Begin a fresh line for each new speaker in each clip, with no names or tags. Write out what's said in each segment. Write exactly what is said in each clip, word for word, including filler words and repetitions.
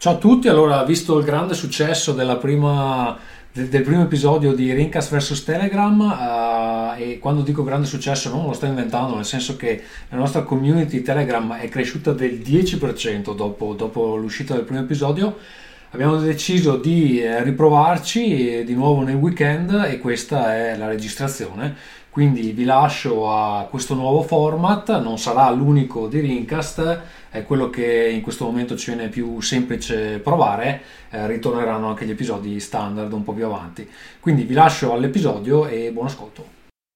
Ciao a tutti, allora, visto il grande successo della prima, de- del primo episodio di Rincast versus Telegram, eh, e quando dico grande successo non lo sto inventando, nel senso che la nostra community Telegram è cresciuta del dieci per cento dopo, dopo l'uscita del primo episodio, abbiamo deciso di eh, riprovarci eh, di nuovo nel weekend e questa è la registrazione. Quindi vi lascio a questo nuovo format, non sarà l'unico di Rincast, è quello che in questo momento ci viene più semplice provare, eh, ritorneranno anche gli episodi standard un po' più avanti. Quindi vi lascio all'episodio e buon ascolto.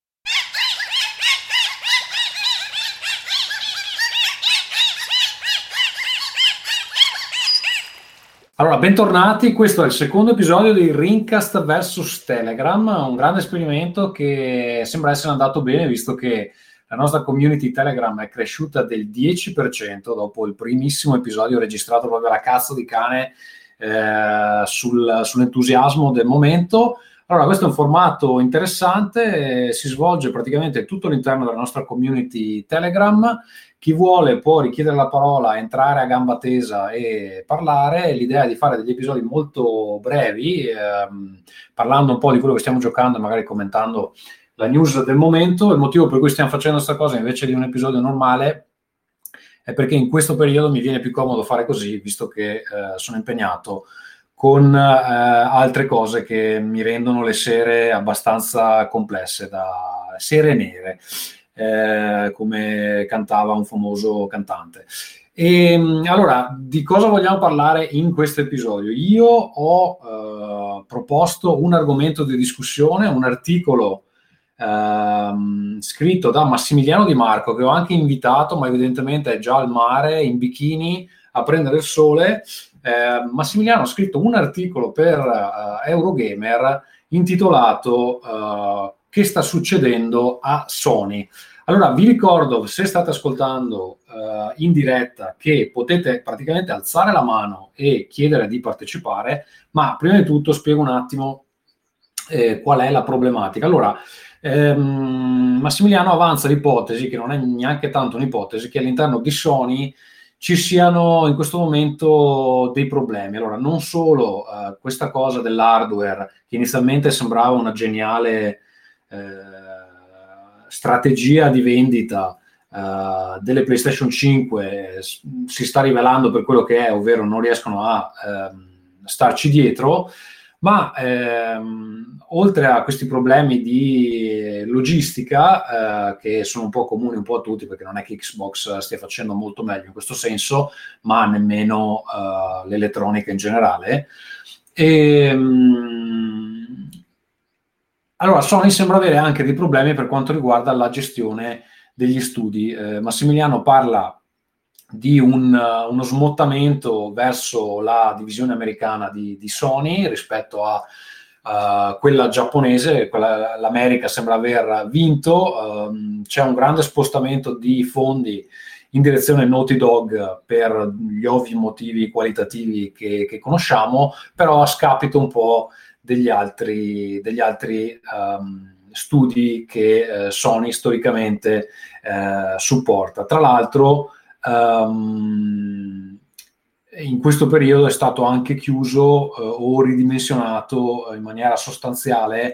Allora, bentornati, questo è il secondo episodio di Rincast versus Telegram, un grande esperimento che sembra essere andato bene visto che la nostra community Telegram è cresciuta del dieci per cento dopo il primissimo episodio registrato proprio alla cazzo di cane eh, sul, sull'entusiasmo del momento. Allora, questo è un formato interessante, eh, si svolge praticamente tutto all'interno della nostra community Telegram. Chi vuole può richiedere la parola, entrare a gamba tesa e parlare. L'idea è di fare degli episodi molto brevi, ehm, parlando un po' di quello che stiamo giocando e magari commentando la news del momento. Il motivo per cui stiamo facendo questa cosa invece di un episodio normale è perché in questo periodo mi viene più comodo fare così, visto che eh, sono impegnato con eh, altre cose che mi rendono le sere abbastanza complesse, da sere nere. Eh, come cantava un famoso cantante. E allora, di cosa vogliamo parlare in questo episodio? Io ho eh, proposto un argomento di discussione, un articolo ehm, scritto da Massimiliano Di Marco, che ho anche invitato, ma evidentemente è già al mare in bikini a prendere il sole. Eh, Massimiliano ha scritto un articolo per uh, Eurogamer intitolato uh, Che sta succedendo a Sony? Allora, vi ricordo, se state ascoltando uh, in diretta, che potete praticamente alzare la mano e chiedere di partecipare, ma prima di tutto spiego un attimo eh, qual è la problematica. Allora, ehm, Massimiliano avanza l'ipotesi, che non è neanche tanto un'ipotesi, che all'interno di Sony ci siano in questo momento dei problemi. Allora, non solo uh, questa cosa dell'hardware, che inizialmente sembrava una geniale eh, strategia di vendita uh, delle PlayStation cinque, si sta rivelando per quello che è, ovvero non riescono a ehm, starci dietro, ma ehm, oltre a questi problemi di logistica, eh, che sono un po' comuni un po' a tutti, perché non è che Xbox stia facendo molto meglio in questo senso, ma nemmeno eh, l'elettronica in generale. E, mh, allora, Sony sembra avere anche dei problemi per quanto riguarda la gestione degli studi. Eh, Massimiliano parla di un, uh, uno smottamento verso la divisione americana di, di Sony rispetto a uh, quella giapponese. Quella, l'America sembra aver vinto, um, c'è un grande spostamento di fondi in direzione Naughty Dog per gli ovvi motivi qualitativi che, che conosciamo, però a scapito un po' degli altri, degli altri um, studi che eh, Sony storicamente eh, supporta. Tra l'altro, Um, in questo periodo è stato anche chiuso uh, o ridimensionato in maniera sostanziale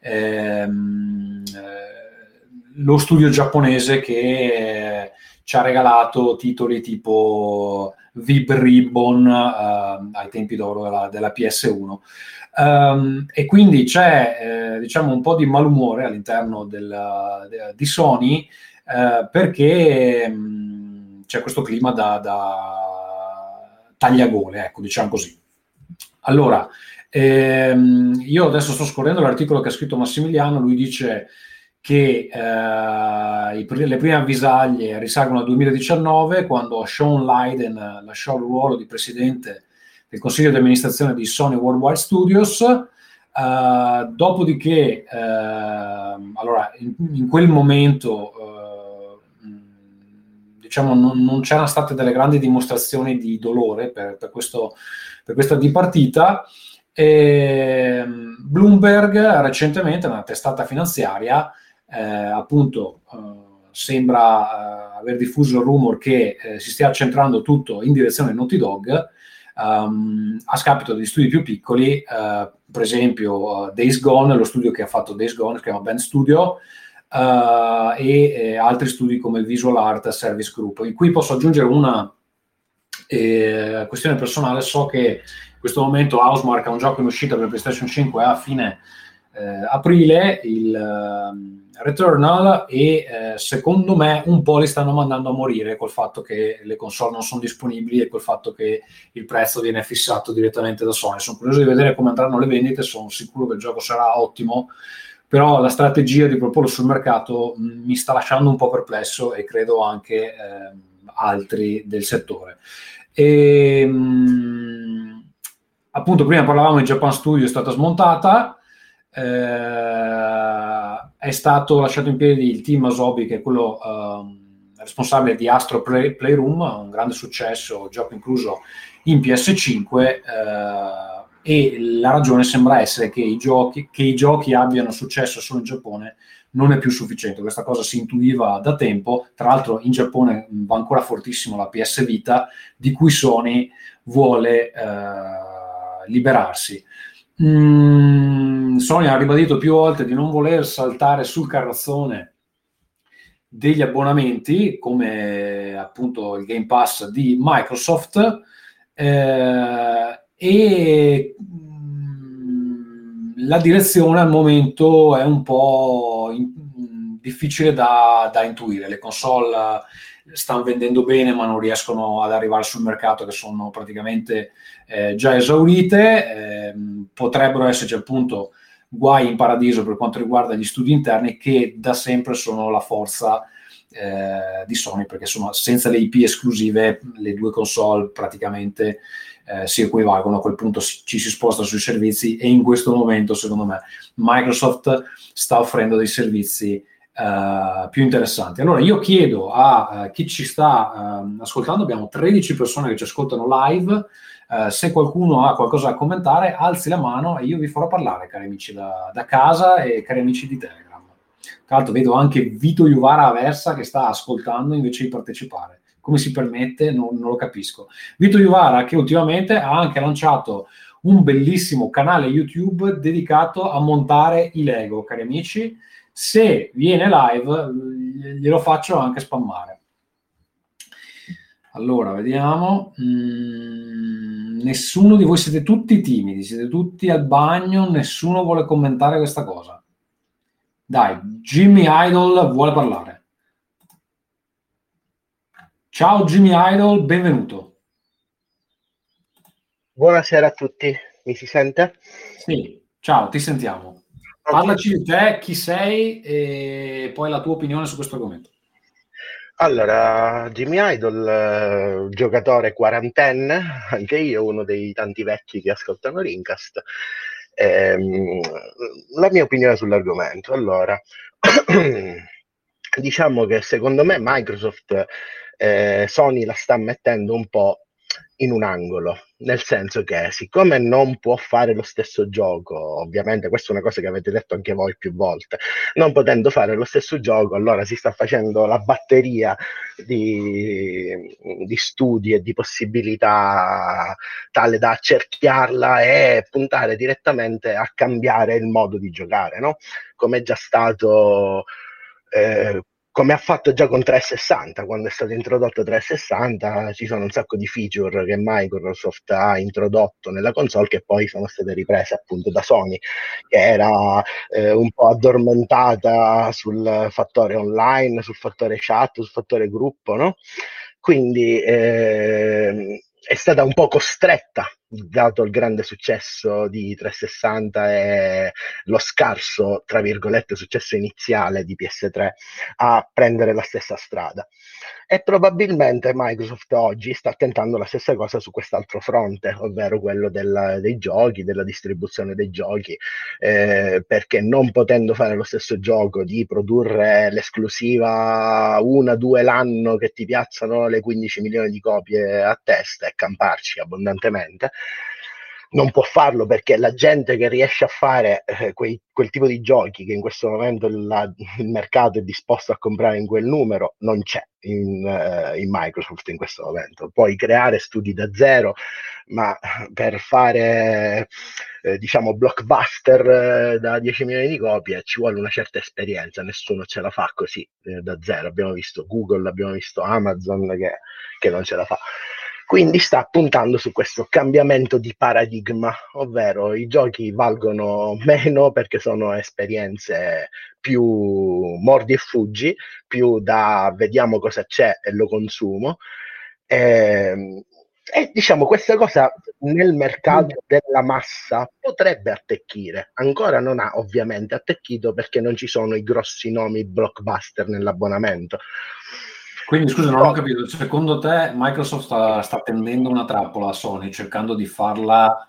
ehm, eh, lo studio giapponese che eh, ci ha regalato titoli tipo Vib Ribbon uh, ai tempi d'oro della, della P S uno. Um, e quindi c'è eh, diciamo un po' di malumore all'interno del, de, di Sony eh, perché mh, c'è questo clima da, da tagliagole, ecco, diciamo così. Allora, ehm, io adesso sto scorrendo l'articolo che ha scritto Massimiliano. Lui dice che eh, i, le prime avvisaglie risalgono al duemiladiciannove, quando Sean Layden lasciò il ruolo di presidente del consiglio di amministrazione di Sony Worldwide Studios. Uh, dopodiché, uh, allora, in, in quel momento uh, diciamo non, non c'erano state delle grandi dimostrazioni di dolore per, per, questo, per questa dipartita. E Bloomberg recentemente, una testata finanziaria, eh, appunto uh, sembra uh, aver diffuso il rumor che eh, si stia accentrando tutto in direzione Naughty Dog. um, a scapito degli studi più piccoli, uh, per esempio uh, Days Gone, lo studio che ha fatto Days Gone, si chiama Band Studio, uh, e eh, altri studi come Visual Art Service Group. In cui posso aggiungere una eh, questione personale. So che in questo momento Housemarque ha un gioco in uscita per PlayStation cinque a fine eh, aprile, il uh, Returnal, e eh, secondo me un po' li stanno mandando a morire col fatto che le console non sono disponibili e col fatto che il prezzo viene fissato direttamente da Sony. Sono curioso di vedere come andranno le vendite, sono sicuro che il gioco sarà ottimo, però la strategia di proporlo sul mercato mh, mi sta lasciando un po' perplesso, e credo anche eh, altri del settore. E, mh, appunto, prima parlavamo di Japan Studio, è stata smontata. Eh, è stato lasciato in piedi il team Asobi, che è quello eh, responsabile di Astro Play, Playroom, un grande successo, gioco incluso in P S cinque, eh, e la ragione sembra essere che i giochi, che i giochi abbiano successo solo in Giappone non è più sufficiente. Questa cosa si intuiva da tempo. Tra l'altro in Giappone va ancora fortissimo la P S Vita, di cui Sony vuole eh, liberarsi. Mm, Sony ha ribadito più volte di non voler saltare sul carrozzone degli abbonamenti, come appunto il Game Pass di Microsoft, eh, e mm, la direzione al momento è un po' in, difficile da, da intuire. Le console stanno vendendo bene, ma non riescono ad arrivare sul mercato, che sono praticamente eh, già esaurite. Eh, potrebbero esserci appunto guai in paradiso per quanto riguarda gli studi interni, che da sempre sono la forza eh, di Sony, perché insomma senza le I P esclusive le due console praticamente eh, si equivalgono. A quel punto si, ci si sposta sui servizi, e in questo momento secondo me Microsoft sta offrendo dei servizi Uh, più interessanti. Allora io chiedo a uh, chi ci sta uh, ascoltando, abbiamo tredici persone che ci ascoltano live, uh, se qualcuno ha qualcosa da commentare alzi la mano e io vi farò parlare, cari amici da, da casa e cari amici di Telegram. Tra l'altro vedo anche Vito Juvara Aversa che sta ascoltando invece di partecipare. Come si permette? Non, non lo capisco. Vito Juvara, che ultimamente ha anche lanciato un bellissimo canale YouTube dedicato a montare i Lego, cari amici. Se viene live glielo faccio anche spammare. Allora, vediamo. Mm, nessuno di voi, siete tutti timidi, siete tutti al bagno, nessuno vuole commentare questa cosa. Dai, Jimmy Idol vuole parlare. Ciao Jimmy Idol, benvenuto.
Buonasera a tutti, mi si sente?
Sì, ciao, ti sentiamo. Okay. Parlaci di te, chi sei e poi la tua opinione su questo argomento.
Allora, Jimmy Idol, eh, giocatore quarantenne, anche io, uno dei tanti vecchi che ascoltano Rincast. Ehm, la mia opinione sull'argomento. Allora, diciamo che secondo me Microsoft, eh, Sony la sta mettendo un po' in un angolo, nel senso che siccome non può fare lo stesso gioco, ovviamente questa è una cosa che avete detto anche voi più volte, non potendo fare lo stesso gioco, allora si sta facendo la batteria di, di studi e di possibilità tale da accerchiarla e puntare direttamente a cambiare il modo di giocare, no? Come è già stato eh, come ha fatto già con trecentosessanta. Quando è stato introdotto trecentosessanta ci sono un sacco di feature che Microsoft ha introdotto nella console che poi sono state riprese appunto da Sony, che era eh, un po' addormentata sul fattore online, sul fattore chat, sul fattore gruppo, no? Quindi eh, è stata un po' costretta, dato il grande successo di trecentosessanta e lo scarso, tra virgolette, successo iniziale di P S tre, a prendere la stessa strada. E probabilmente Microsoft oggi sta tentando la stessa cosa su quest'altro fronte, ovvero quello del, dei giochi, della distribuzione dei giochi, eh, perché non potendo fare lo stesso gioco, di produrre l'esclusiva una, due l'anno che ti piazzano le quindici milioni di copie a testa e camparci abbondantemente, non può farlo perché la gente che riesce a fare eh, quei, quel tipo di giochi che in questo momento la, il mercato è disposto a comprare in quel numero non c'è in, uh, in Microsoft in questo momento. Puoi creare studi da zero, ma per fare eh, diciamo blockbuster eh, da dieci milioni di copie ci vuole una certa esperienza, nessuno ce la fa così eh, da zero. Abbiamo visto Google, abbiamo visto Amazon che, che non ce la fa. Quindi sta puntando su questo cambiamento di paradigma, ovvero i giochi valgono meno perché sono esperienze più mordi e fuggi, più da vediamo cosa c'è e lo consumo. E, e diciamo questa cosa nel mercato della massa potrebbe attecchire. Ancora non ha ovviamente attecchito perché non ci sono i grossi nomi blockbuster nell'abbonamento.
Quindi scusa, non ho capito, secondo te Microsoft sta, sta tendendo una trappola a Sony, cercando di farla,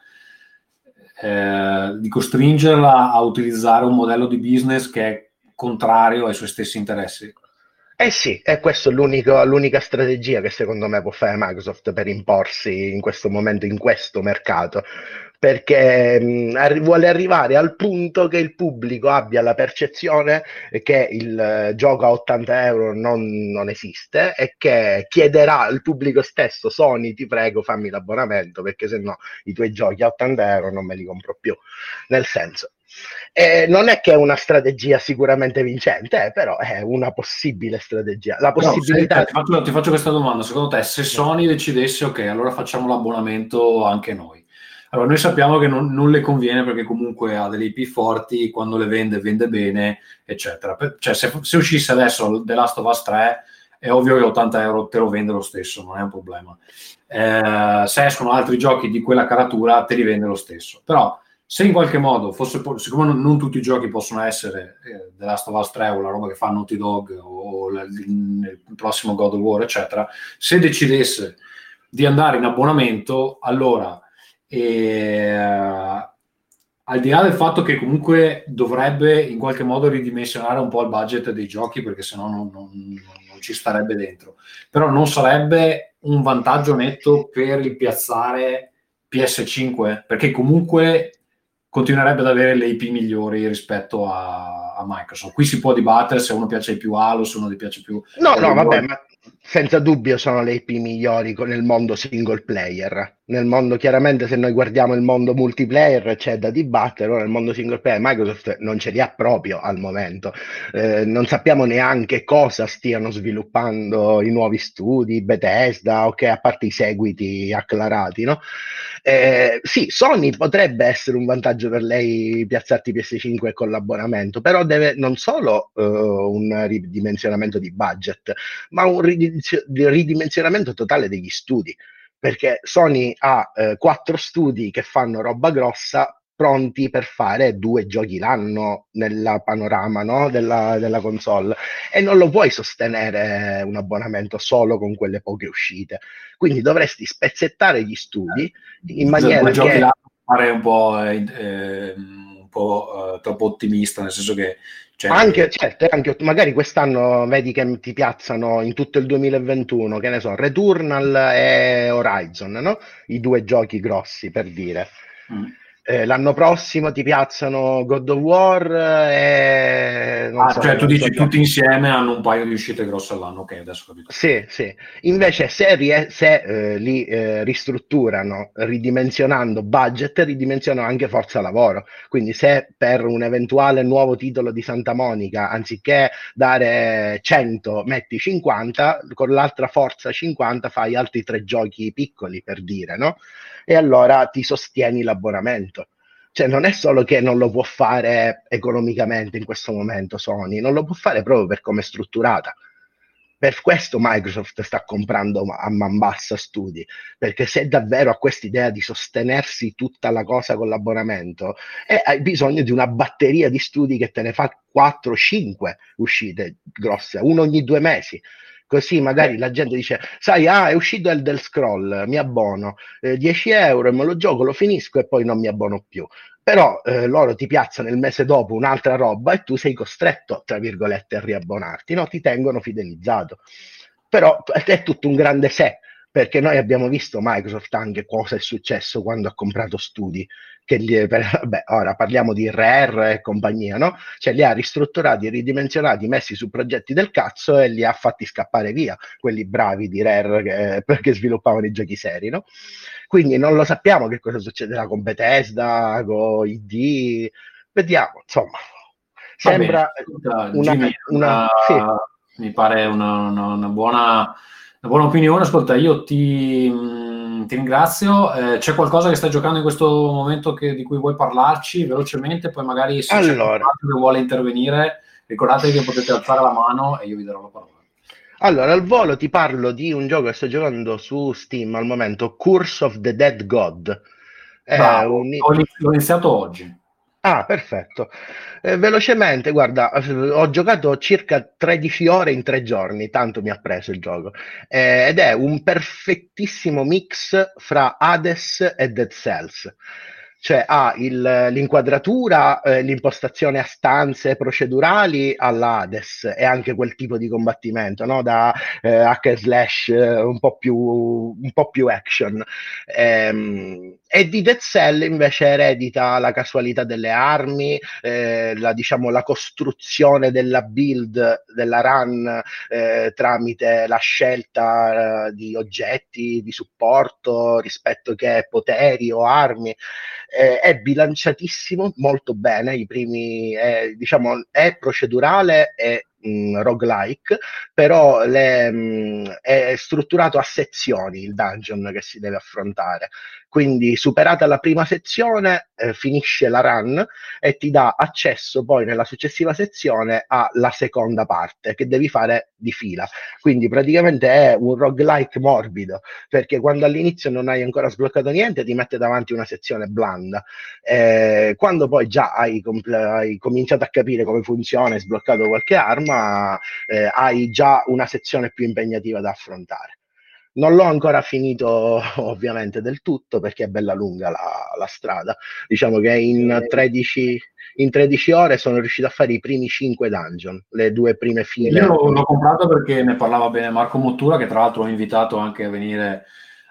eh, di costringerla a utilizzare un modello di business che è contrario ai suoi stessi interessi?
Eh sì, e questa è l'unica strategia che secondo me può fare Microsoft per imporsi in questo momento, in questo mercato, perché mh, arri- vuole arrivare al punto che il pubblico abbia la percezione che il eh, gioco a ottanta euro non, non esiste e che chiederà al pubblico stesso: Sony, ti prego, fammi l'abbonamento perché se no i tuoi giochi a ottanta euro non me li compro più. Nel senso, Eh, non è che è una strategia sicuramente vincente, eh, però è una possibile strategia. La
Però, se,
possibilità...
eh, ti, faccio, ti faccio questa domanda, secondo te se Sony decidesse ok, allora facciamo l'abbonamento anche noi, allora noi sappiamo che non, non le conviene perché comunque ha delle I P forti, quando le vende vende bene, eccetera. Per, cioè se, se uscisse adesso The Last of Us tre è ovvio che ottanta euro te lo vende lo stesso, non è un problema. Eh, se escono altri giochi di quella caratura te li vende lo stesso, però se in qualche modo fosse, siccome non, non tutti i giochi possono essere eh, The Last of Us tre o la roba che fa Naughty Dog o la, il, il prossimo God of War eccetera, se decidesse di andare in abbonamento, allora eh, al di là del fatto che comunque dovrebbe in qualche modo ridimensionare un po' il budget dei giochi perché sennò non, non, non ci starebbe dentro, però non sarebbe un vantaggio netto per il piazzare P S cinque, perché comunque continuerebbe ad avere le I P migliori rispetto a, a Microsoft. Qui si può dibattere se a uno piace più Halo, se a uno gli piace più...
No, no, vabbè, ma senza dubbio sono le I P migliori nel mondo single player. Nel mondo, chiaramente, se noi guardiamo il mondo multiplayer c'è da dibattere, ora nel mondo single player Microsoft non ce li ha proprio al momento. Eh, non sappiamo neanche cosa stiano sviluppando i nuovi studi, Bethesda, ok, a parte i seguiti acclarati, no? Eh, sì, Sony potrebbe essere un vantaggio per lei piazzarti P S cinque con l'abbonamento, però deve non solo uh, un ridimensionamento di budget, ma un ridimensionamento totale degli studi, perché Sony ha eh, quattro studi che fanno roba grossa pronti per fare due giochi l'anno nel panorama, no? della, della console, e non lo puoi sostenere un abbonamento solo con quelle poche uscite, quindi dovresti spezzettare gli studi in maniera
due
che...
giochi l'anno pare un po', eh, eh, un po' eh, troppo ottimista, nel senso che cioè,
Anche, certo, anche, magari quest'anno vedi che ti piazzano in tutto il duemilaventuno, che ne so, Returnal e Horizon, no? I due giochi grossi, per dire.
mm.
Eh, l'anno prossimo ti piazzano God of War e... Non
Ah,
so,
cioè tu
non so
dici
che...
tutti insieme hanno un paio di uscite grosse all'anno, ok, adesso ho capito.
Sì, sì. Invece se, rie- se eh, li eh, ristrutturano ridimensionando budget, ridimensionano anche forza lavoro. Quindi se per un eventuale nuovo titolo di Santa Monica, anziché dare cento, metti cinquanta, con l'altra forza cinquanta fai altri tre giochi piccoli, per dire, no? E allora ti sostieni l'abbonamento. Cioè non è solo che non lo può fare economicamente in questo momento Sony, non lo può fare proprio per come è strutturata. Per questo Microsoft sta comprando a man bassa studi, perché se davvero ha quest'idea di sostenersi tutta la cosa con l'abbonamento, eh, hai bisogno di una batteria di studi che te ne fa quattro cinque uscite grosse, uno ogni due mesi. Così magari la gente dice, sai, ah, è uscito il del Scroll, mi abbono, eh, dieci euro e me lo gioco, lo finisco e poi non mi abbono più. Però eh, loro ti piazzano il mese dopo un'altra roba e tu sei costretto, tra virgolette, a riabbonarti, no? Ti tengono fidelizzato. Però è tutto un grande se. perché noi abbiamo visto Microsoft anche cosa è successo quando ha comprato studi, che li, per, beh, ora parliamo di Rare e compagnia, no? Cioè li ha ristrutturati, ridimensionati, messi su progetti del cazzo e li ha fatti scappare via, quelli bravi di Rare che, perché sviluppavano i giochi seri, no? Quindi non lo sappiamo che cosa succederà con Bethesda, con I D, vediamo, insomma,
Va bene,
sembra
ascolta,
una,
Jimmy,
una
una-
sì.
mi pare una, una- una buona, una buona opinione. Ascolta, io ti, mh, ti ringrazio. Eh, c'è qualcosa che stai giocando in questo momento che- di cui vuoi parlarci velocemente? Poi magari se c'è
Allora,
qualcuno che vuole intervenire, ricordate che potete alzare la mano e io vi darò la parola.
allora, al volo ti parlo di un gioco che sto giocando su Steam al momento, Curse of the Dead God. È
Bravo,
un...
ho inizi- l'ho iniziato oggi.
Ah, perfetto. Eh, velocemente, guarda, eh, ho giocato circa tredici ore in tre giorni, tanto mi ha preso il gioco. Eh, ed è un perfettissimo mix fra Hades e Dead Cells. Cioè ha il- l'inquadratura, eh, l'impostazione a stanze procedurali alla Hades e anche quel tipo di combattimento, no? Da eh, hack and slash, eh, un po' più, un po' più action. Ehm, e di Dead Cell invece eredita la casualità delle armi, eh, la, diciamo, la costruzione della build, della run, eh, tramite la scelta eh, di oggetti di supporto rispetto che poteri o armi. Eh, è bilanciatissimo molto bene, i primi, eh, diciamo, è procedurale e mh, roguelike, però le, mh, è strutturato a sezioni il dungeon che si deve affrontare. Quindi superata la prima sezione, eh, finisce la run e ti dà accesso poi nella successiva sezione alla seconda parte che devi fare di fila. Quindi praticamente è un roguelike morbido, perché quando all'inizio non hai ancora sbloccato niente ti mette davanti una sezione blanda. Eh, quando poi già hai, compl- hai cominciato a capire come funziona e sbloccato qualche arma, eh, hai già una sezione più impegnativa da affrontare. Non l'ho ancora finito ovviamente del tutto perché è bella lunga la, la strada. Diciamo che in tredici, in tredici ore sono riuscito a fare i primi cinque dungeon, le due prime
Io
file.
l'ho, l'ho comprato perché ne parlava bene Marco Mottura, che tra l'altro ho invitato anche a venire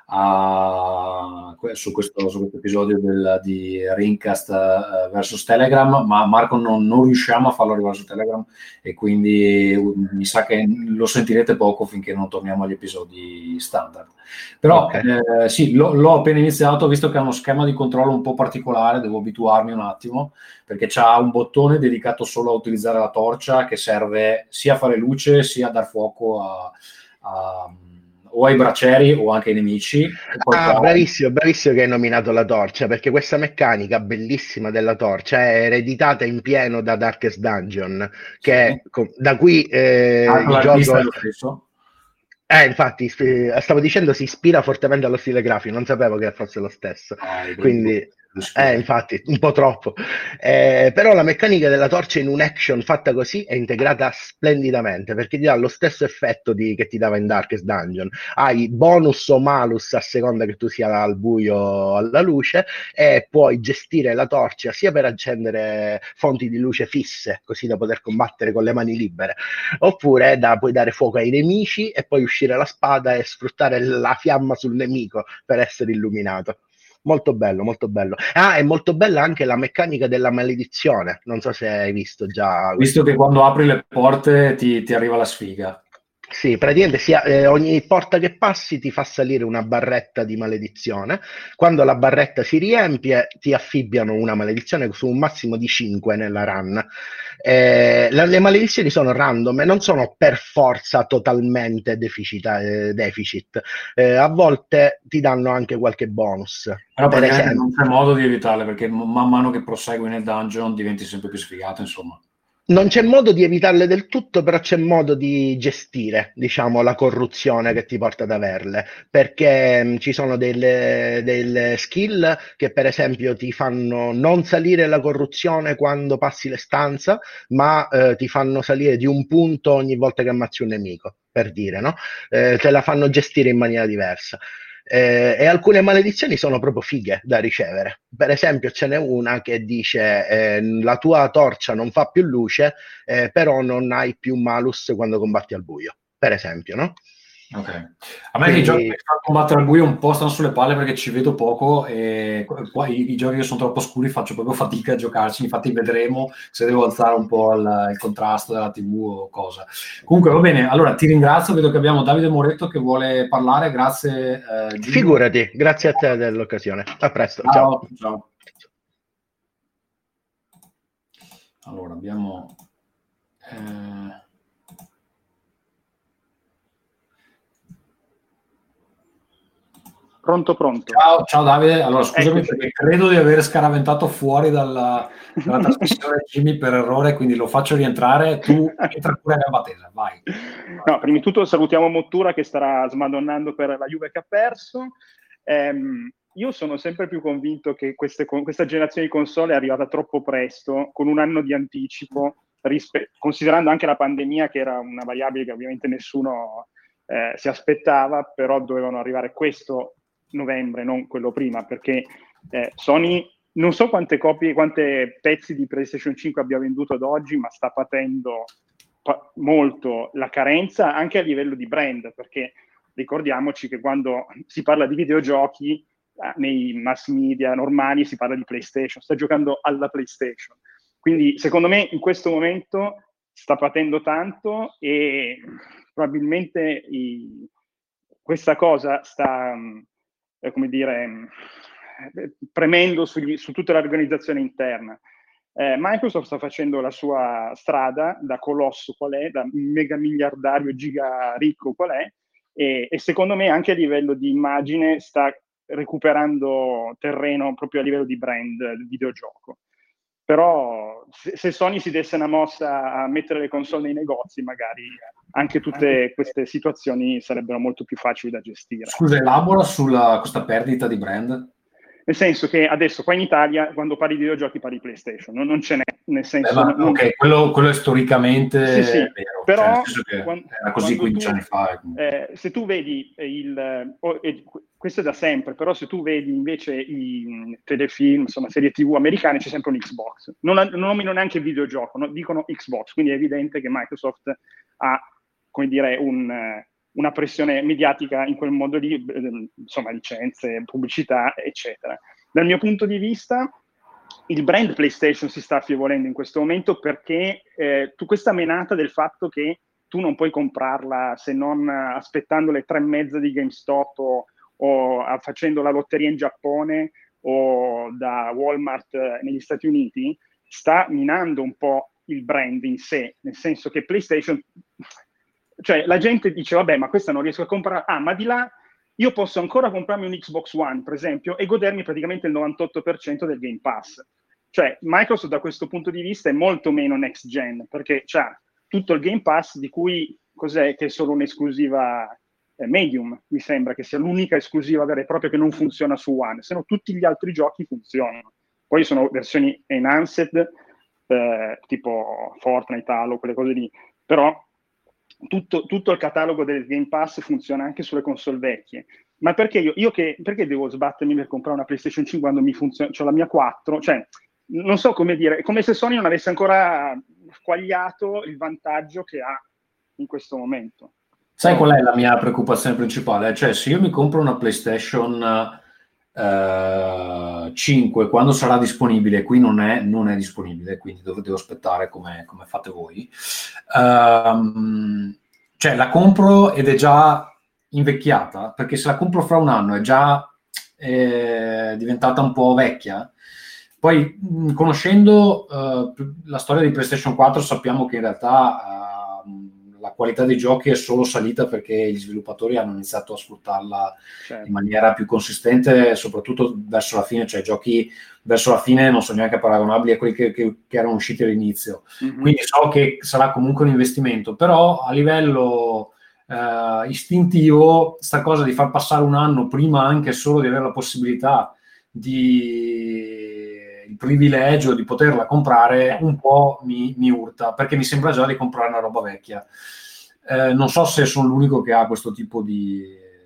a- su questo, su questo episodio del- di Rincast eh, versus Telegram, ma Marco non, non riusciamo a farlo arrivare su Telegram e quindi uh, mi sa che lo sentirete poco finché non torniamo agli episodi standard. Però
Ok.
eh, sì, l'ho, l'ho appena iniziato, visto che ha uno schema di controllo un po' particolare, devo abituarmi un attimo, perché c'ha un bottone dedicato solo a utilizzare la torcia che serve sia a fare luce sia a dar fuoco a, a, o ai braccieri o anche ai nemici. E poi
Ah,
c'ha-
bravissimo, bravissimo che hai nominato la torcia, perché questa meccanica bellissima della torcia è ereditata in pieno da Darkest Dungeon,
sì,
che co- da qui eh,
anche
il
l'artista è
gioco.
lo stesso.
Eh, infatti, sp- stavo dicendo si ispira fortemente allo stile grafico, non sapevo che fosse lo stesso.
No, è
Quindi,
identico,
eh,
sicuro.
infatti, un po' troppo. Eh, però la meccanica della torcia in un action fatta così è integrata splendidamente, perché ti dà lo stesso effetto di- che ti dava in Darkest Dungeon. Hai bonus o malus a seconda che tu sia al buio o alla luce, e puoi gestire la torcia sia per accendere fonti di luce fisse, così da poter combattere con le mani libere, oppure da, puoi dare fuoco ai nemici e poi uscire la spada e sfruttare la fiamma sul nemico per essere illuminato. Molto bello, molto bello. Ah, è molto bella anche la meccanica della maledizione. Non so se hai visto già
Visto
questo.
che quando apri le porte ti, ti arriva la sfiga.
Sì, praticamente sia, eh, ogni porta che passi ti fa salire una barretta di maledizione. Quando la barretta si riempie, ti affibbiano una maledizione su un massimo di cinque nella run. Eh, la- le maledizioni sono random e non sono per forza totalmente deficita- eh, deficit. Eh, a volte ti danno anche qualche bonus.
Però
Per
praticamente
esempio,
non c'è modo di evitarle perché man mano che prosegui nel dungeon diventi sempre più sfigato, insomma.
non c'è modo di evitarle del tutto, però c'è modo di gestire, diciamo, la corruzione che ti porta ad averle, perché mh, ci sono delle, delle skill che per esempio ti fanno non salire la corruzione quando passi le stanze, ma eh, ti fanno salire di un punto ogni volta che ammazzi un nemico, per dire, no? Eh, te la fanno gestire in maniera diversa. Eh, e alcune maledizioni sono proprio fighe da ricevere. Per esempio, ce n'è una che dice: eh, la tua torcia non fa più luce, eh, però non hai più malus quando combatti al buio. Per esempio, no?
Ok. A me Quindi... i giochi che fanno combattere al buio un po' stanno sulle palle perché ci vedo poco e qua i, i giochi che sono troppo scuri faccio proprio fatica a giocarci, infatti vedremo se devo alzare un po' il, il contrasto della tivù o cosa. Comunque va bene, allora ti ringrazio, vedo che abbiamo Davide Moretto che vuole parlare, grazie eh,
Figurati, grazie a te dell'occasione, a presto,
ciao.
ciao.
Ciao. Allora abbiamo... Eh...
Pronto, pronto.
Ciao, ciao Davide, allora scusami Eccoci. Perché credo di aver scaraventato fuori dalla, dalla trasmissione Jimmy per errore, quindi lo faccio rientrare, tu entra pure a gamba tesa, vai.
No, prima di tutto salutiamo Mottura che starà smadonnando per la Juve che ha perso. Ehm, io sono sempre più convinto che queste, questa generazione di console è arrivata troppo presto, con un anno di anticipo, rispe- considerando anche la pandemia che era una variabile che ovviamente nessuno eh, si aspettava, però dovevano arrivare questo novembre, non quello prima, perché eh, Sony non so quante copie, quante pezzi di PlayStation cinque abbia venduto ad oggi, ma sta patendo pa- molto la carenza anche a livello di brand, perché ricordiamoci che quando si parla di videogiochi eh, nei mass media normali si parla di PlayStation, sta giocando alla PlayStation. Quindi secondo me in questo momento sta patendo tanto e probabilmente i, questa cosa sta Eh, come dire, eh, premendo sugli, su tutta l'organizzazione interna. Eh, Microsoft sta facendo la sua strada da colosso qual è, da mega miliardario giga ricco qual è, e, e secondo me anche a livello di immagine sta recuperando terreno proprio a livello di brand del videogioco. Però se, se Sony si desse una mossa a mettere le console nei negozi, magari anche tutte queste situazioni sarebbero molto più facili da gestire.
Scusa, elabora sulla questa perdita di brand?
Nel senso che adesso qua in Italia, quando parli di videogiochi, parli PlayStation, non, non ce n'è, nel senso...
Eh, ma,
non...
Ok, quello, quello è storicamente
sì, sì,
vero,
però
cioè, nel senso che
quando,
era così quindici
tu,
anni fa.
Eh, se tu vedi il... Oh, eh, questo è da sempre, però se tu vedi invece i telefilm, insomma, serie tivù americane, c'è sempre un Xbox. Non, non nomino neanche il videogioco, no? Dicono Xbox, quindi è evidente che Microsoft ha, come dire, un... una pressione mediatica in quel modo lì, insomma, licenze, pubblicità, eccetera. Dal mio punto di vista, il brand PlayStation si sta affievolendo in questo momento perché eh, tu questa menata del fatto che tu non puoi comprarla se non aspettando le tre e mezza di GameStop o, o a, facendo la lotteria in Giappone o da Walmart eh, negli Stati Uniti, sta minando un po' il brand in sé, nel senso che PlayStation... Cioè, la gente dice, vabbè, ma questa non riesco a comprare. Ah, ma di là io posso ancora comprarmi un Xbox One, per esempio, e godermi praticamente il novantotto per cento del Game Pass. Cioè, Microsoft da questo punto di vista è molto meno next gen, perché c'ha tutto il Game Pass di cui, cos'è, che è solo un'esclusiva eh, Medium, mi sembra, che sia l'unica esclusiva vera e propria che non funziona su One, se no tutti gli altri giochi funzionano. Poi sono versioni enhanced, eh, tipo Fortnite, Halo, quelle cose lì, però Tutto, tutto il catalogo del Game Pass funziona anche sulle console vecchie. Ma perché io, io che, perché devo sbattermi per comprare una PlayStation cinque quando mi funziona, c'ho la mia quattro? Cioè, non so come dire, è come se Sony non avesse ancora squagliato il vantaggio che ha in questo momento.
Sai qual è la mia preoccupazione principale? Cioè, se io mi compro una PlayStation Uh, cinque quando sarà disponibile, qui non è, non è disponibile, quindi devo, devo aspettare come, come fate voi, uh, cioè la compro ed è già invecchiata, perché se la compro fra un anno è già eh, diventata un po' vecchia. Poi mh, conoscendo uh, la storia di PlayStation quattro sappiamo che in realtà uh, la qualità dei giochi è solo salita perché gli sviluppatori hanno iniziato a sfruttarla certo. in maniera più consistente, soprattutto verso la fine, cioè giochi verso la fine non sono neanche paragonabili a quelli che, che, che erano usciti all'inizio. Mm-hmm. Quindi so che sarà comunque un investimento, però a livello eh, istintivo sta cosa di far passare un anno prima anche solo di avere la possibilità di il privilegio di poterla comprare un po' mi, mi urta, perché mi sembra già di comprare una roba vecchia. Eh, non so se sono l'unico che ha questo tipo di...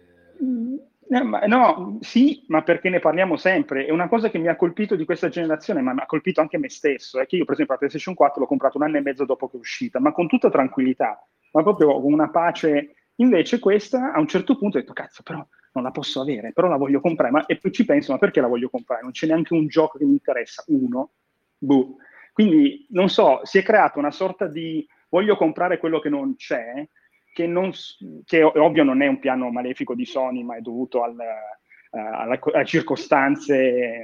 No, ma, no, sì, ma perché ne parliamo sempre. È una cosa che mi ha colpito di questa generazione, ma mi ha colpito anche me stesso. È che io, per esempio, la PlayStation quattro l'ho comprato un anno e mezzo dopo che è uscita, ma con tutta tranquillità, ma proprio con una pace Invece questa, a un certo punto ho detto, cazzo, però non la posso avere, però la voglio comprare, ma, e poi ci penso, ma perché la voglio comprare? Non c'è neanche un gioco che mi interessa, uno, boh. Quindi, non so, si è creata una sorta di voglio comprare quello che non c'è, che, non, che ovvio non è un piano malefico di Sony, ma è dovuto al, uh, alle, alle circostanze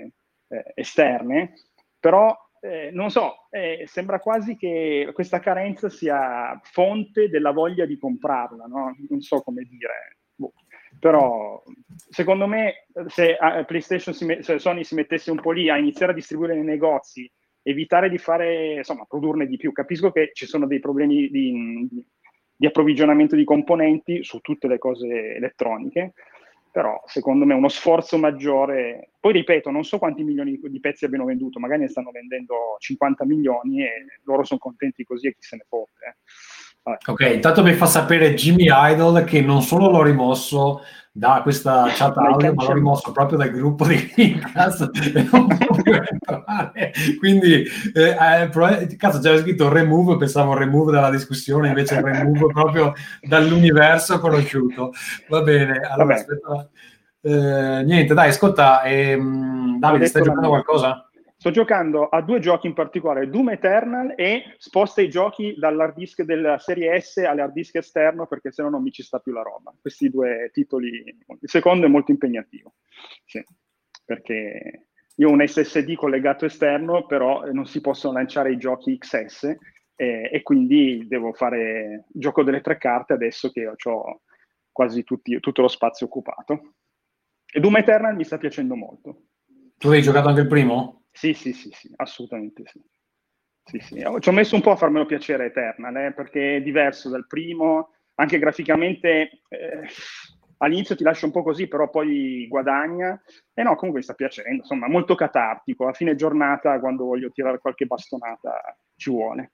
eh, esterne, però eh, non so, eh, sembra quasi che questa carenza sia fonte della voglia di comprarla, no? Non so come dire. Boh. Però secondo me se uh, PlayStation si me- se Sony si mettesse un po' lì a iniziare a distribuire nei negozi, evitare di fare, insomma, produrne di più. Capisco che ci sono dei problemi di, di, di approvvigionamento di componenti su tutte le cose elettroniche, però secondo me uno sforzo maggiore, poi ripeto, non so quanti milioni di pezzi abbiano venduto, magari ne stanno vendendo cinquanta milioni e loro sono contenti così e chi se ne fotte. Eh.
Ok, intanto mi fa sapere Jimmy Idol che non solo l'ho rimosso da questa chat audio, ma l'ho rimosso proprio dal gruppo di Rincast e non può più entrare. Quindi, eh, eh, cazzo, c'era scritto remove, pensavo remove dalla discussione, invece remove proprio dall'universo conosciuto. Va bene, allora aspetta. Eh, niente, dai, ascolta, ehm, Davide, stai giocando a qualcosa?
Sto giocando a due giochi in particolare, Doom Eternal, e sposta i giochi dall'hard disk della serie S all'hard disk esterno perché sennò non mi ci sta più la roba. Questi due titoli, il secondo è molto impegnativo, sì, perché io ho un S S D collegato esterno, però non si possono lanciare i giochi X S eh, e quindi devo fare il gioco delle tre carte adesso che ho quasi tutti, tutto lo spazio occupato. E Doom Eternal mi sta piacendo molto.
Tu hai giocato anche il primo?
Sì, sì, sì, sì, assolutamente sì. Sì, sì. Ci ho messo un po' a farmelo piacere Eternal, eh, perché è diverso dal primo, anche graficamente eh, all'inizio ti lascia un po' così, però poi guadagna. E no, comunque mi sta piacendo, insomma, molto catartico. A fine giornata, quando voglio tirare qualche bastonata, ci vuole.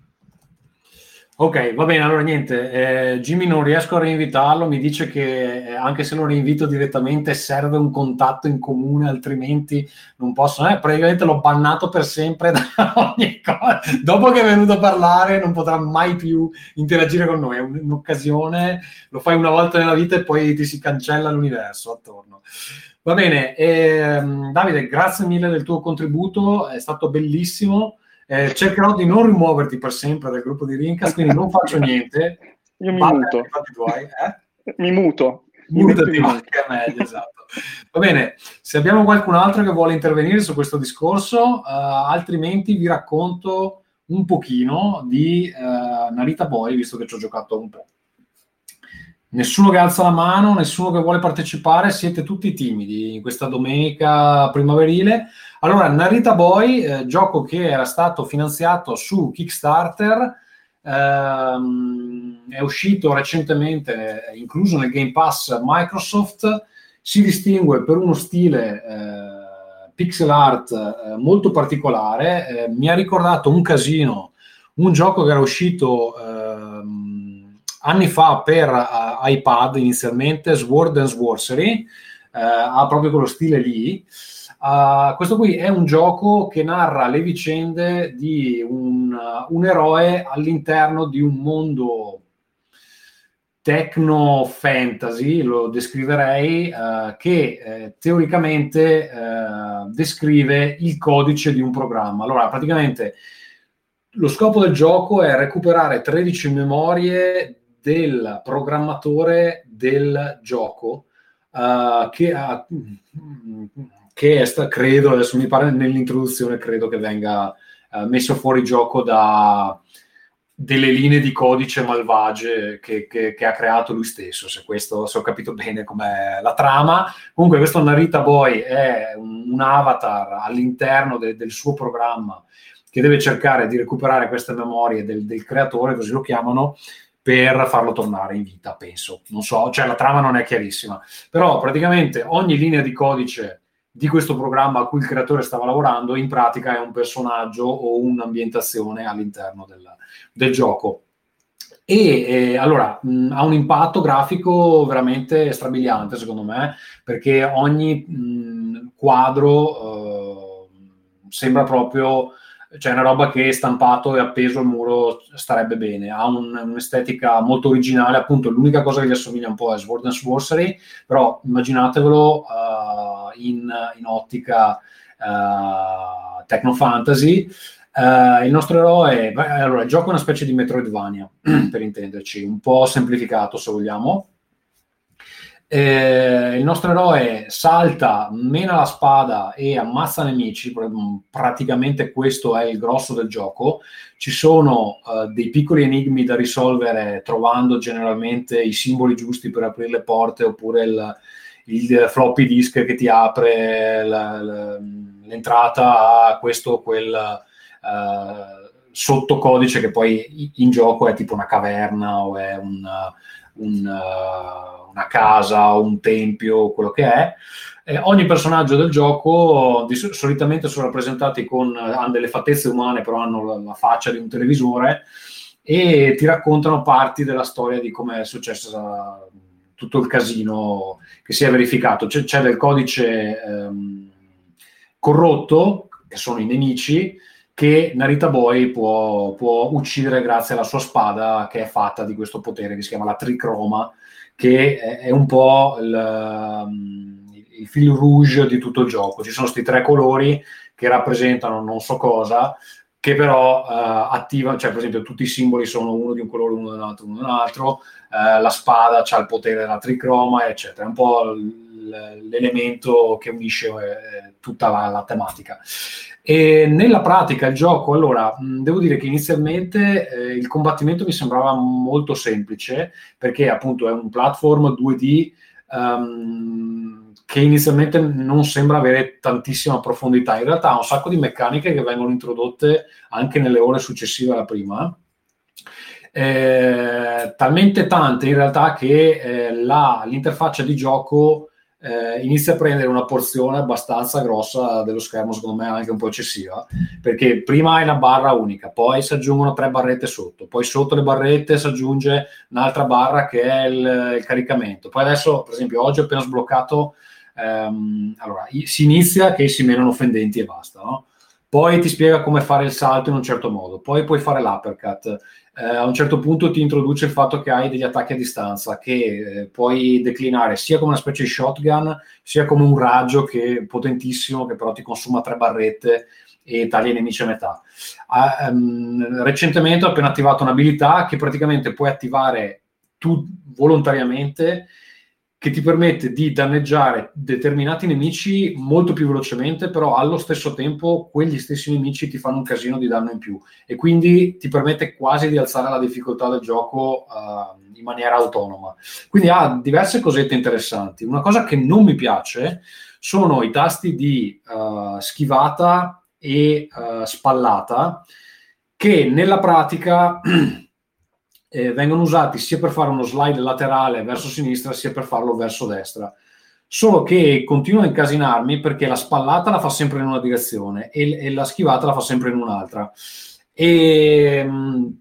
Ok, va bene, allora niente, eh, Jimmy non riesco a reinvitarlo, mi dice che eh, anche se lo reinvito direttamente serve un contatto in comune, altrimenti non posso, eh, praticamente l'ho bannato per sempre da ogni cosa, dopo che è venuto a parlare non potrà mai più interagire con noi, è un'occasione, lo fai una volta nella vita e poi ti si cancella l'universo attorno. Va bene, ehm, Davide, grazie mille del tuo contributo, è stato bellissimo. Eh, cercherò di non rimuoverti per sempre dal gruppo di Rincast, quindi non faccio niente.
Io mi muto.
Tuoi, eh?
Mi muto.
Mutati, ma che è meglio, esatto. Va bene, se abbiamo qualcun altro che vuole intervenire su questo discorso, uh, altrimenti vi racconto un pochino di uh, Narita Boy, visto che ci ho giocato un po'. Nessuno che alza la mano, nessuno che vuole partecipare, siete tutti timidi in questa domenica primaverile. Allora, Narita Boy, eh, gioco che era stato finanziato su Kickstarter, ehm, è uscito recentemente, è incluso nel Game Pass Microsoft, si distingue per uno stile eh, pixel art eh, molto particolare, eh, mi ha ricordato un casino, un gioco che era uscito ehm, anni fa per uh, iPad inizialmente, Sword and Sorcery, uh, ha proprio quello stile lì. Uh, questo qui è un gioco che narra le vicende di un, uh, un eroe all'interno di un mondo techno-fantasy, lo descriverei, uh, che eh, teoricamente uh, descrive il codice di un programma. Allora, praticamente lo scopo del gioco è recuperare tredici memorie del programmatore del gioco uh, che, uh, che è sta, credo, adesso mi pare nell'introduzione credo che venga uh, messo fuori gioco da delle linee di codice malvagie che, che, che ha creato lui stesso, se questo, se ho capito bene com'è la trama. Comunque questo Narita Boy è un, un avatar all'interno de, del suo programma che deve cercare di recuperare queste memorie del, del creatore, così lo chiamano, per farlo tornare in vita, penso. Non so, cioè la trama non è chiarissima. Però praticamente ogni linea di codice di questo programma a cui il creatore stava lavorando, in pratica è un personaggio o un'ambientazione all'interno del, del gioco. E eh, allora mh, ha un impatto grafico veramente strabiliante, secondo me, perché ogni mh, quadro eh, sembra proprio cioè una roba che stampato e appeso al muro starebbe bene. Ha un, un'estetica molto originale, appunto l'unica cosa che gli assomiglia un po' è Sword and Sorcery, però immaginatelo uh, in, in ottica uh, techno fantasy. Uh, il nostro eroe, beh, allora il gioco è una specie di Metroidvania per intenderci, un po' semplificato se vogliamo. Eh, il nostro eroe salta, mena la spada e ammazza nemici, praticamente questo è il grosso del gioco. Ci sono uh, dei piccoli enigmi da risolvere trovando generalmente i simboli giusti per aprire le porte, oppure il, il floppy disk che ti apre la, la, l'entrata a questo o quel uh, sottocodice che poi in gioco è tipo una caverna o è un, un uh, una casa o un tempio, quello che è. Eh, ogni personaggio del gioco di, solitamente sono rappresentati con, hanno delle fattezze umane, però hanno la, la faccia di un televisore e ti raccontano parti della storia di come è successo tutto il casino che si è verificato. C'è, c'è del codice ehm, corrotto, che sono i nemici, che Narita Boy può, può uccidere grazie alla sua spada, che è fatta di questo potere che si chiama la tricroma, che è un po' il, il fil rouge di tutto il gioco. Ci sono questi tre colori che rappresentano non so cosa, che però uh, attiva, cioè per esempio tutti i simboli sono uno di un colore, uno di un altro, uno di un altro, uh, la spada c'ha il potere della tricroma, eccetera. È un po' l- l'elemento che unisce eh, tutta la, la tematica. E nella pratica il gioco, allora, mh, devo dire che inizialmente eh, il combattimento mi sembrava molto semplice, perché appunto è un platform due D um, che inizialmente non sembra avere tantissima profondità. In realtà ha un sacco di meccaniche che vengono introdotte anche nelle ore successive alla prima, eh, talmente tante in realtà che eh, la, l'interfaccia di gioco Eh, inizia a prendere una porzione abbastanza grossa dello schermo, secondo me anche un po' eccessiva, perché prima hai una barra unica, poi si aggiungono tre barrette sotto, poi sotto le barrette si aggiunge un'altra barra che è il, il caricamento. Poi adesso, per esempio, oggi ho appena sbloccato, ehm, allora, si inizia che si menano fendenti e basta, no? Poi ti spiega come fare il salto in un certo modo, poi puoi fare l'uppercut. Eh, a un certo punto ti introduce il fatto che hai degli attacchi a distanza che eh, puoi declinare sia come una specie di shotgun, sia come un raggio che è potentissimo, che però ti consuma tre barrette e taglia i nemici a metà. Ah, um, recentemente ho appena attivato un'abilità che praticamente puoi attivare tu volontariamente, che ti permette di danneggiare determinati nemici molto più velocemente, però allo stesso tempo quegli stessi nemici ti fanno un casino di danno in più e quindi ti permette quasi di alzare la difficoltà del gioco uh, in maniera autonoma. Quindi ha diverse cosette interessanti. Una cosa che non mi piace sono i tasti di uh, schivata e uh, spallata, che nella pratica Eh, vengono usati sia per fare uno slide laterale verso sinistra sia per farlo verso destra, solo che continuo a incasinarmi perché la spallata la fa sempre in una direzione e, e la schivata la fa sempre in un'altra e mh,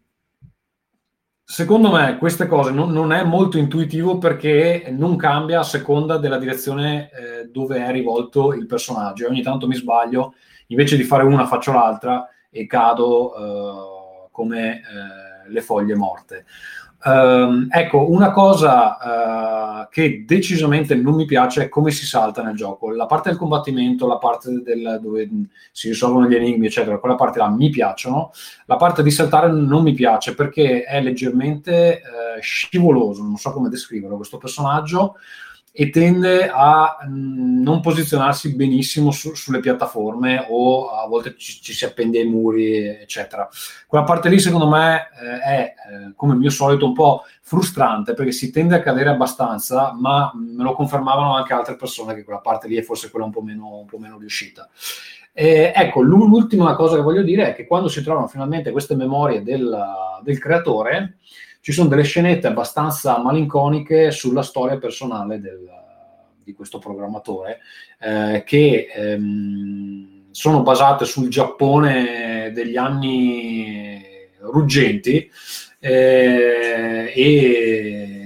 secondo me queste cose non, non è molto intuitivo, perché non cambia a seconda della direzione eh, dove è rivolto il personaggio. Ogni tanto mi sbaglio, invece di fare una faccio l'altra e cado eh, come eh, le foglie morte. Um, ecco, una cosa uh, che decisamente non mi piace è come si salta nel gioco. La parte del combattimento, la parte del, dove si risolvono gli enigmi, eccetera, quella parte là mi piacciono. La parte di saltare non mi piace perché è leggermente uh, scivoloso, non so come descriverlo, questo personaggio, e tende a mh, non posizionarsi benissimo su, sulle piattaforme, o a volte ci, ci si appende ai muri, eccetera. Quella parte lì secondo me eh, è, eh, come mio solito, un po' frustrante, perché si tende a cadere abbastanza, ma me lo confermavano anche altre persone che quella parte lì è forse quella un po' meno, un po' meno riuscita. Eh, ecco, l'ultima cosa che voglio dire è che quando si trovano finalmente queste memorie del, del creatore, ci sono delle scenette abbastanza malinconiche sulla storia personale del, di questo programmatore, eh, che ehm, sono basate sul Giappone degli anni ruggenti, eh, e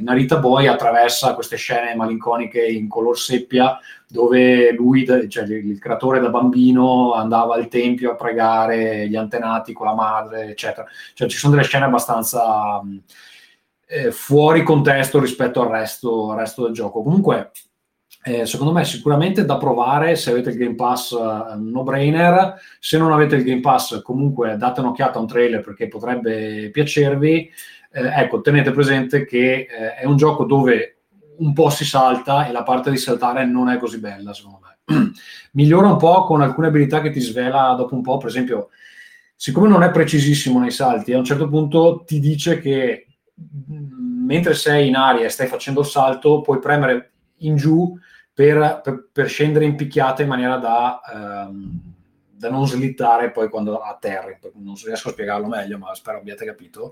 Narita Boy attraversa queste scene malinconiche in color seppia, dove lui, cioè il, il creatore da bambino, andava al tempio a pregare gli antenati con la madre, eccetera. Cioè ci sono delle scene abbastanza eh, fuori contesto rispetto al resto, al resto del gioco. Comunque, eh, secondo me sicuramente da provare. Se avete il Game Pass, uh, no brainer. Se non avete il Game Pass, comunque date un'occhiata a un trailer, perché potrebbe piacervi. Eh, ecco, tenete presente che eh, è un gioco dove un po' si salta, e la parte di saltare non è così bella, secondo me. Migliora un po' con alcune abilità che ti svela dopo un po'. Per esempio, siccome non è precisissimo nei salti, a un certo punto ti dice che mh, mentre sei in aria e stai facendo il salto, puoi premere in giù per, per, per scendere in picchiata in maniera da, ehm, da non slittare poi quando atterri. Non riesco a spiegarlo meglio, ma spero abbiate capito.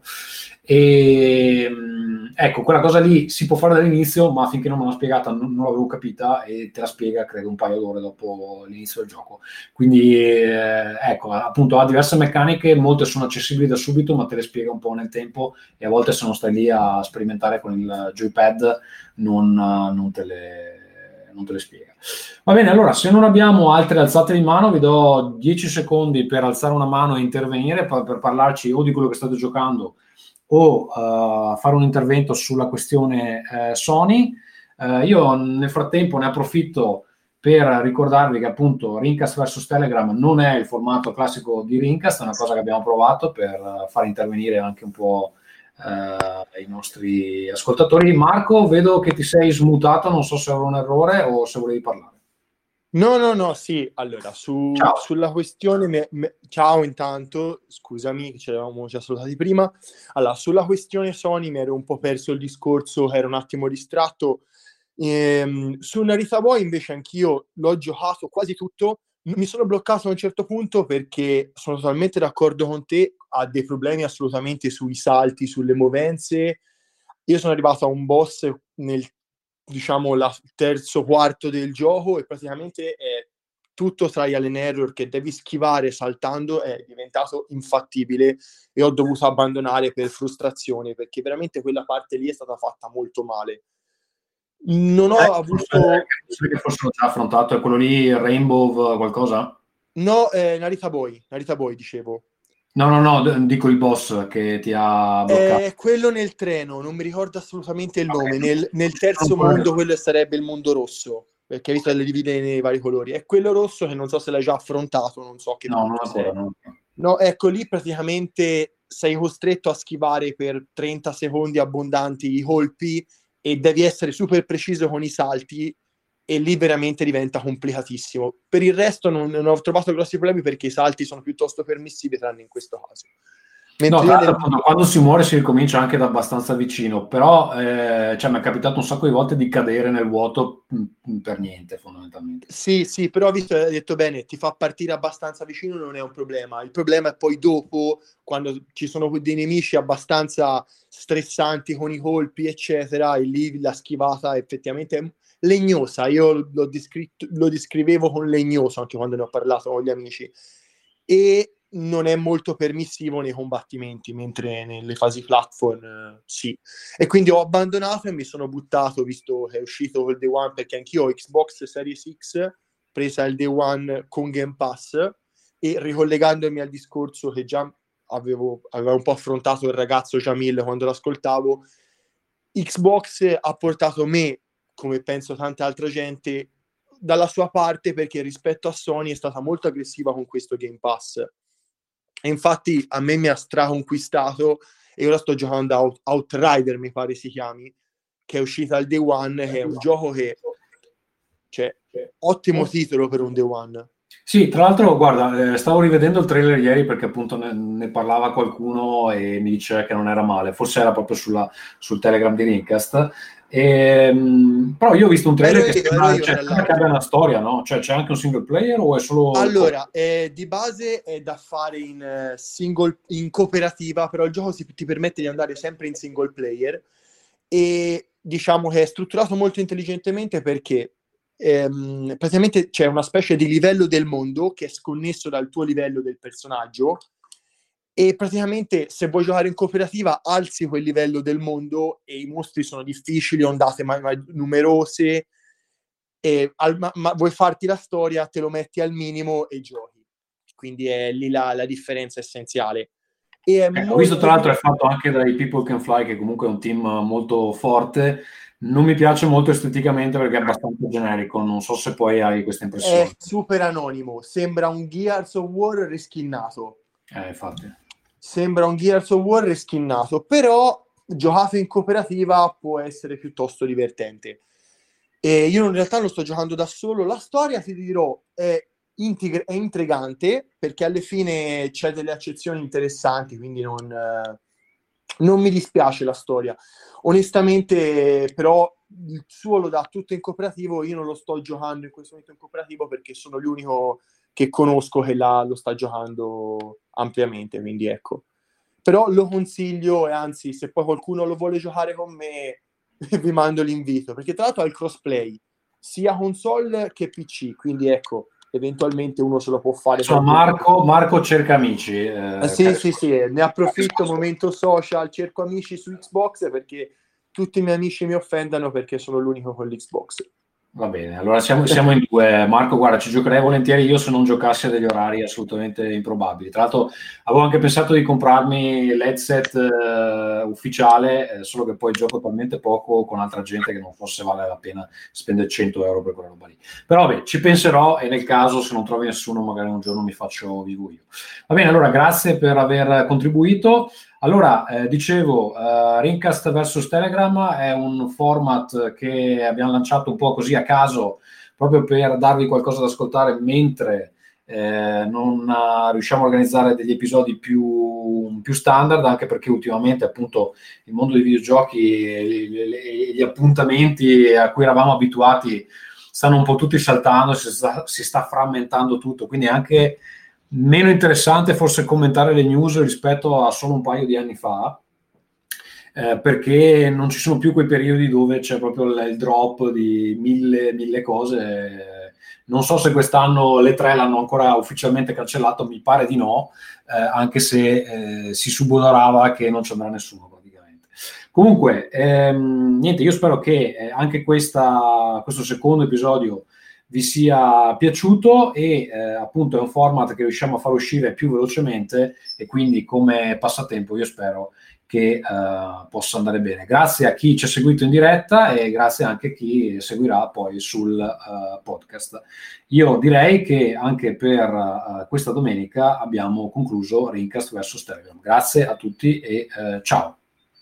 E ecco, quella cosa lì si può fare dall'inizio, ma finché non me l'ha spiegata non, non l'avevo capita, e te la spiega credo un paio d'ore dopo l'inizio del gioco. Quindi eh, ecco, appunto ha diverse meccaniche, molte sono accessibili da subito, ma te le spiega un po' nel tempo, e a volte se non stai lì a sperimentare con il joypad non, non te le non te le spiega. Va bene, allora, se non abbiamo altre alzate di mano, vi do dieci secondi per alzare una mano e intervenire, per, per parlarci o di quello che state giocando o uh, fare un intervento sulla questione uh, Sony. Uh, io nel frattempo ne approfitto per ricordarvi che appunto Rincast versus Telegram non è il formato classico di Rincast, è una cosa che abbiamo provato per uh, far intervenire anche un po' Uh, i nostri ascoltatori. Marco, vedo che ti sei smutato, non so se avrò un errore o se volevi parlare.
No, no, no, sì, allora, su, sulla questione, me, me, ciao intanto, scusami che ci eravamo già salutati prima. Allora, sulla questione Sony mi ero un po' perso il discorso, ero un attimo distratto. Ehm, su Narita Boy invece anch'io l'ho giocato quasi tutto. Mi sono bloccato a un certo punto perché sono totalmente d'accordo con te, ha dei problemi assolutamente sui salti, sulle movenze. Io sono arrivato a un boss nel, diciamo, la terzo quarto del gioco, e praticamente è tutto trial and error, che devi schivare saltando, è diventato infattibile e ho dovuto abbandonare per frustrazione, perché veramente quella parte lì è stata fatta molto male. Non ho
eh,
avuto...
che fossero già affrontato, è quello lì, Rainbow qualcosa?
No, eh, Narita Boy, Narita Boy dicevo.
No, no, no, dico il boss che ti ha bloccato.
È quello nel treno, non mi ricordo assolutamente il nome. Okay. Nel, nel terzo mondo, quello sarebbe il mondo rosso, perché visto che le divide nei vari colori. È quello rosso che non so se l'hai già affrontato, non so che...
No, non ancora, no.
No, ecco, lì praticamente sei costretto a schivare per trenta secondi abbondanti i colpi, e devi essere super preciso con i salti, e lì veramente diventa complicatissimo. Per il resto non, non ho trovato grossi problemi, perché i salti sono piuttosto permissivi, tranne in questo caso.
Mentre no, nel... appunto, quando si muore si ricomincia anche da abbastanza vicino, però eh, cioè, mi è capitato un sacco di volte di cadere nel vuoto mh, per niente, fondamentalmente.
Sì, sì, però visto che hai detto bene, ti fa partire abbastanza vicino, non è un problema. Il problema è poi dopo, quando ci sono dei nemici abbastanza stressanti con i colpi, eccetera, e lì la schivata effettivamente è legnosa. Io l'ho, descritto, lo descrivevo con legnoso anche quando ne ho parlato con gli amici, e non è molto permissivo nei combattimenti, mentre nelle fasi platform eh, sì. E quindi ho abbandonato e mi sono buttato, visto che è uscito col Day One, perché anch'io ho Xbox Series X presa il Day One con Game Pass, e ricollegandomi al discorso che già avevo, avevo un po' affrontato il ragazzo Jamil quando l'ascoltavo, Xbox ha portato me, come penso tanta altra gente, dalla sua parte, perché rispetto a Sony è stata molto aggressiva con questo Game Pass. E infatti a me mi ha straconquistato, e ora sto giocando a Out- Outrider, mi pare si chiami, che è uscita al Day One, che è un gioco che, cioè, ottimo titolo per un Day One.
Sì, tra l'altro, guarda, eh, stavo rivedendo il trailer ieri, perché appunto ne, ne parlava qualcuno e mi diceva che non era male, forse era proprio sulla, sul Telegram di Rincast. E, mh, però io ho visto un trailer ero che, io, sembra, io, cioè, sembra che abbia una storia, no? Cioè c'è anche un single player o è solo...
Allora, eh, di base è da fare in uh, single, in cooperativa, però il gioco si, ti permette di andare sempre in single player, e diciamo che è strutturato molto intelligentemente, perché ehm, praticamente c'è una specie di livello del mondo che è sconnesso dal tuo livello del personaggio, e praticamente se vuoi giocare in cooperativa alzi quel livello del mondo e i mostri sono difficili, ondate mai, mai numerose, e al, ma, ma vuoi farti la storia, te lo metti al minimo e giochi. Quindi è lì la, la differenza essenziale. E è
eh,
molto...
Ho visto tra l'altro è fatto anche dai People Can Fly, che comunque è un team molto forte. Non mi piace molto esteticamente perché è abbastanza generico, non so se poi hai questa impressione.
È super anonimo, sembra un Gears of War riskinnato.
Eh, infatti.
Sembra un Gears of War riskinnato, però giocato in cooperativa può essere piuttosto divertente. E io in realtà lo sto giocando da solo. La storia, ti dirò, è, integr- è intrigante, perché alla fine c'è delle accezioni interessanti, quindi non, eh, non mi dispiace la storia. Onestamente, però, il suo lo dà tutto in cooperativo. Io non lo sto giocando in questo momento in cooperativo perché sono l'unico che conosco che la, lo sta giocando ampiamente, quindi ecco. Però lo consiglio, e anzi, se poi qualcuno lo vuole giocare con me, vi mando l'invito, perché tra l'altro ha il crossplay sia console che P C, quindi ecco, eventualmente uno se lo può fare.
Insomma, Marco, Marco cerca amici. Eh,
eh, sì, sì, sì, ne approfitto, momento social, cerco amici su Xbox perché tutti i miei amici mi offendano perché sono l'unico con l'Xbox.
Va bene, allora siamo, siamo in due. Marco, guarda, ci giocherei volentieri io se non giocassi a degli orari assolutamente improbabili. Tra l'altro avevo anche pensato di comprarmi l'headset eh, ufficiale, eh, solo che poi gioco talmente poco con altra gente che non forse vale la pena spendere cento euro per quella roba lì. Però vabbè, ci penserò e nel caso se non trovi nessuno magari un giorno mi faccio vivo io. Va bene, allora grazie per aver contribuito. Allora, eh, dicevo, uh, Rincast versus Telegram è un format che abbiamo lanciato un po' così a caso, proprio per darvi qualcosa da ascoltare mentre eh, non uh, riusciamo a organizzare degli episodi più, più standard, anche perché ultimamente appunto il mondo dei videogiochi e gli, gli appuntamenti a cui eravamo abituati stanno un po' tutti saltando, si sta, si sta frammentando tutto, quindi anche meno interessante forse commentare le news rispetto a solo un paio di anni fa, eh, perché non ci sono più quei periodi dove c'è proprio il, il drop di mille, mille cose. Non so se quest'anno le tre l'hanno ancora ufficialmente cancellato, mi pare di no, eh, anche se eh, si subodorava che non ci andrà nessuno praticamente. Comunque, ehm, niente, io spero che eh, anche questa, questo secondo episodio vi sia piaciuto e eh, appunto è un format che riusciamo a far uscire più velocemente e quindi come passatempo io spero che eh, possa andare bene. Grazie a chi ci ha seguito in diretta e grazie anche a chi seguirà poi sul uh, podcast. Io direi che anche per uh, questa domenica abbiamo concluso Rincast versus Telegram. Grazie a tutti e uh, ciao.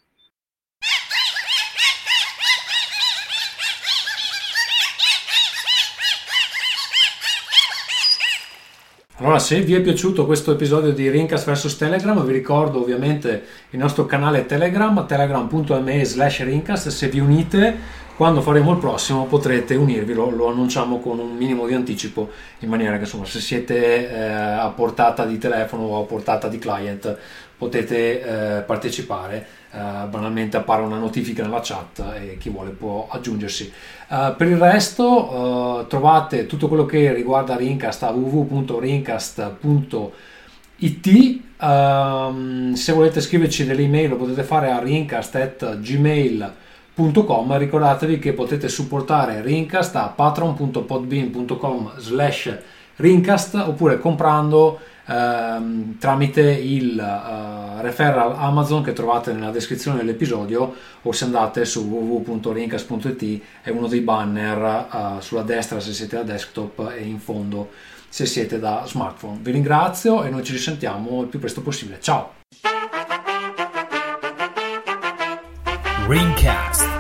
Allora, se vi è piaciuto questo episodio di Rincast versus Telegram, vi ricordo ovviamente il nostro canale Telegram, telegram punto me slash Rincast. Se vi unite, quando faremo il prossimo potrete unirvi, lo, lo annunciamo con un minimo di anticipo, in maniera che insomma se siete eh, a portata di telefono o a portata di client potete eh, partecipare. Uh, banalmente appare una notifica nella chat e chi vuole può aggiungersi. Uh, per il resto uh, trovate tutto quello che riguarda Rincast a w w w punto rincast punto i t. Uh, se volete scriverci delle email lo potete fare a rincast at gmail punto com. Ricordatevi che potete supportare Rincast a patreon punto podbean punto com slash Rincast oppure comprando Ehm, tramite il uh, referral Amazon che trovate nella descrizione dell'episodio, o se andate su w w w punto rincast punto i t è uno dei banner uh, sulla destra se siete da desktop e in fondo se siete da smartphone. Vi ringrazio e noi ci risentiamo il più presto possibile. Ciao.
Rincast.